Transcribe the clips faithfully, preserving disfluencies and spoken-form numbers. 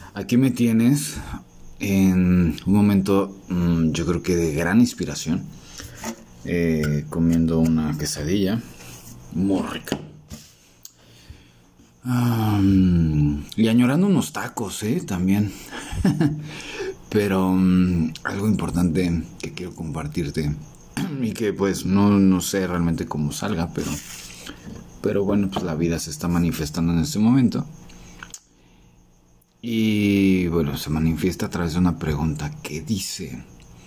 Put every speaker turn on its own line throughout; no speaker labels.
Aquí me tienes en un momento, mmm, yo creo que de gran inspiración, eh, comiendo una quesadilla muy rica. Um, y añorando unos tacos, eh, también. Pero um, algo importante que quiero compartirte y que pues no, no sé realmente cómo salga, pero, pero bueno, pues la vida se está manifestando en este momento. Y bueno, se manifiesta a través de una pregunta que dice: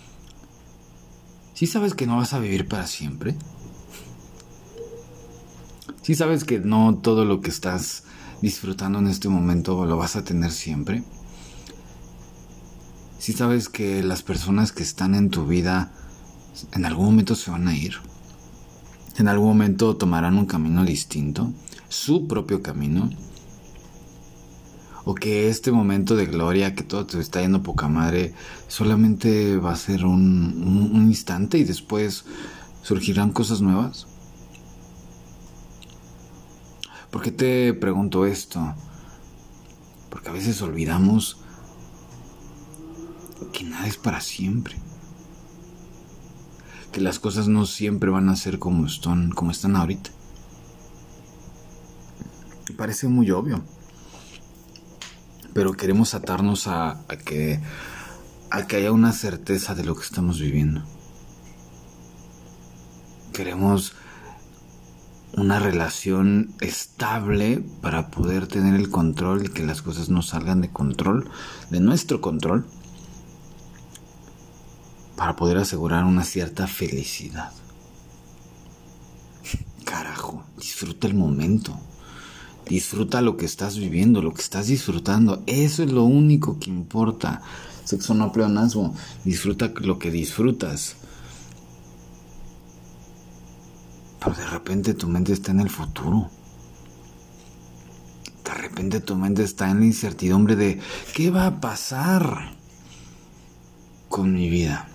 ¿sí sabes que no vas a vivir para siempre? ¿Sí sabes que no todo lo que estás disfrutando en este momento lo vas a tener siempre? ¿Sí sabes que las personas que están en tu vida en algún momento se van a ir? En algún momento tomarán un camino distinto, su propio camino. O que este momento de gloria, que todo te está yendo poca madre, solamente va a ser un, un, un instante y después surgirán cosas nuevas. ¿Por qué te pregunto esto? Porque a veces olvidamos que nada es para siempre. Que las cosas no siempre van a ser como están, como están ahorita. Parece muy obvio. Pero queremos atarnos a, a, que, a que haya una certeza de lo que estamos viviendo. Queremos una relación estable para poder tener el control y que las cosas no salgan de control, de nuestro control, para poder asegurar una cierta felicidad. Carajo, disfruta el momento. Disfruta lo que estás viviendo, lo que estás disfrutando. Eso es lo único que importa. Sexo no pleonasmo. Disfruta lo que disfrutas. Pero de repente tu mente está en el futuro. De repente tu mente está en la incertidumbre de ¿qué va a pasar con mi vida?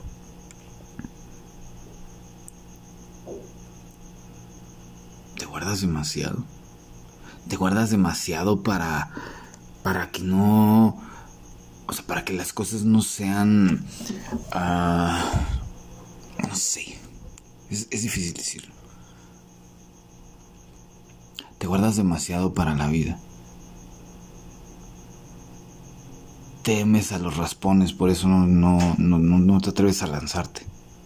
Te guardas demasiado. Te guardas demasiado para para que no, o sea, para que las cosas no sean, uh, no sé, es, es difícil decirlo. Te guardas demasiado para la vida. Temes a los raspones, por eso no, no, no, no, no te atreves a lanzarte.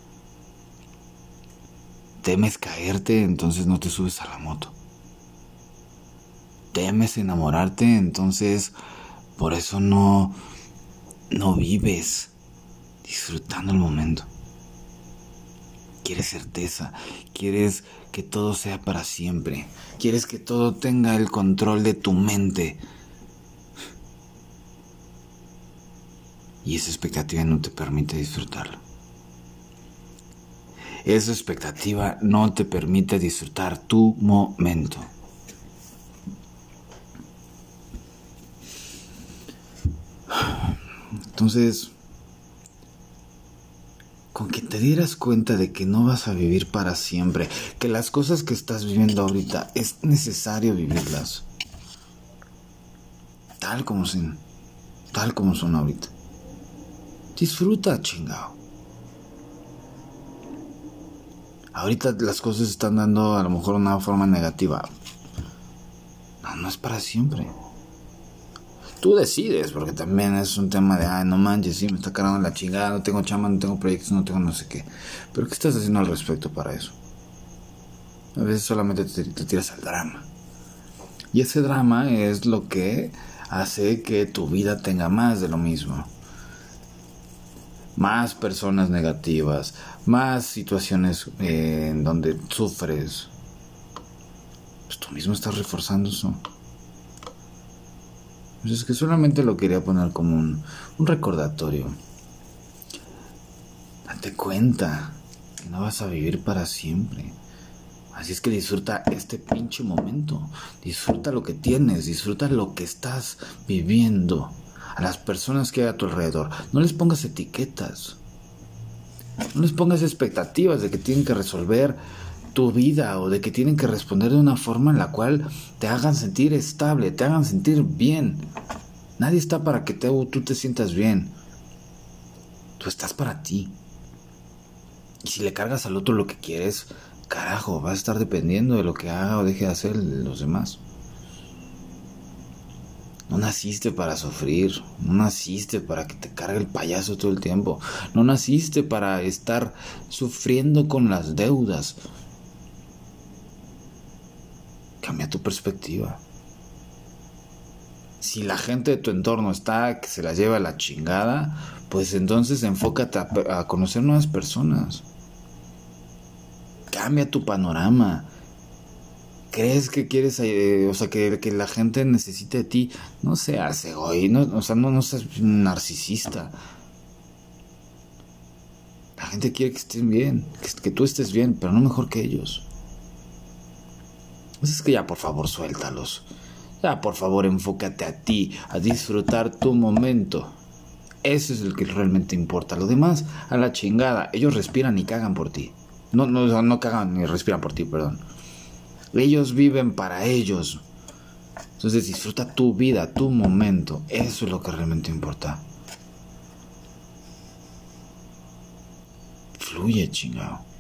Temes caerte, entonces no te subes a la moto. Temes enamorarte, entonces por eso no, no vives disfrutando el momento. Quieres certeza, quieres que todo sea para siempre, quieres que todo tenga el control de tu mente. Y esa expectativa no te permite disfrutarlo. Esa expectativa no te permite disfrutar tu momento. Entonces, con que te dieras cuenta de que no vas a vivir para siempre, que las cosas que estás viviendo ahorita es necesario vivirlas tal como son, tal como son ahorita. Disfruta, chingao. Ahorita las cosas están dando a lo mejor una forma negativa. No, no es para siempre. Tú decides, porque también es un tema de, ay, no manches, sí, me está cargando la chingada, no tengo chamba, no tengo proyectos, no tengo no sé qué. Pero ¿qué estás haciendo al respecto para eso? A veces solamente te, te tiras al drama. Y ese drama es lo que hace que tu vida tenga más de lo mismo. Más personas negativas, más situaciones eh, en donde sufres. Pues tú mismo estás reforzando eso. Pues es que solamente lo quería poner como un, un recordatorio. Date cuenta que no vas a vivir para siempre. Así es que disfruta este pinche momento. Disfruta lo que tienes, disfruta lo que estás viviendo. A las personas que hay a tu alrededor, no les pongas etiquetas. No les pongas expectativas de que tienen que resolver tu vida o de que tienen que responder de una forma en la cual te hagan sentir estable, te hagan sentir bien. Nadie está para que te, tú te sientas bien. Tú estás para ti. Y si le cargas al otro lo que quieres, carajo, vas a estar dependiendo de lo que haga o deje de hacer los demás. No naciste para sufrir, no naciste para que te cargue el payaso todo el tiempo, no naciste para estar sufriendo con las deudas. Cambia tu perspectiva. Si la gente de tu entorno está que se la lleva a la chingada, pues entonces enfócate a, a conocer nuevas personas. Cambia tu panorama. ¿Crees que quieres, eh, o sea, que, que la gente necesite de ti? No seas egoísta, no, o sea, no, no seas narcisista. La gente quiere que estén bien, que, que tú estés bien, pero no mejor que ellos. Pues es que ya, por favor, suéltalos. Ya, por favor, enfócate a ti, a disfrutar tu momento. Eso es el que realmente importa. Lo demás, a la chingada. Ellos respiran y cagan por ti. No, no, no cagan ni respiran por ti, perdón. Ellos viven para ellos. Entonces disfruta tu vida, tu momento. Eso es lo que realmente importa. Fluye, chingado.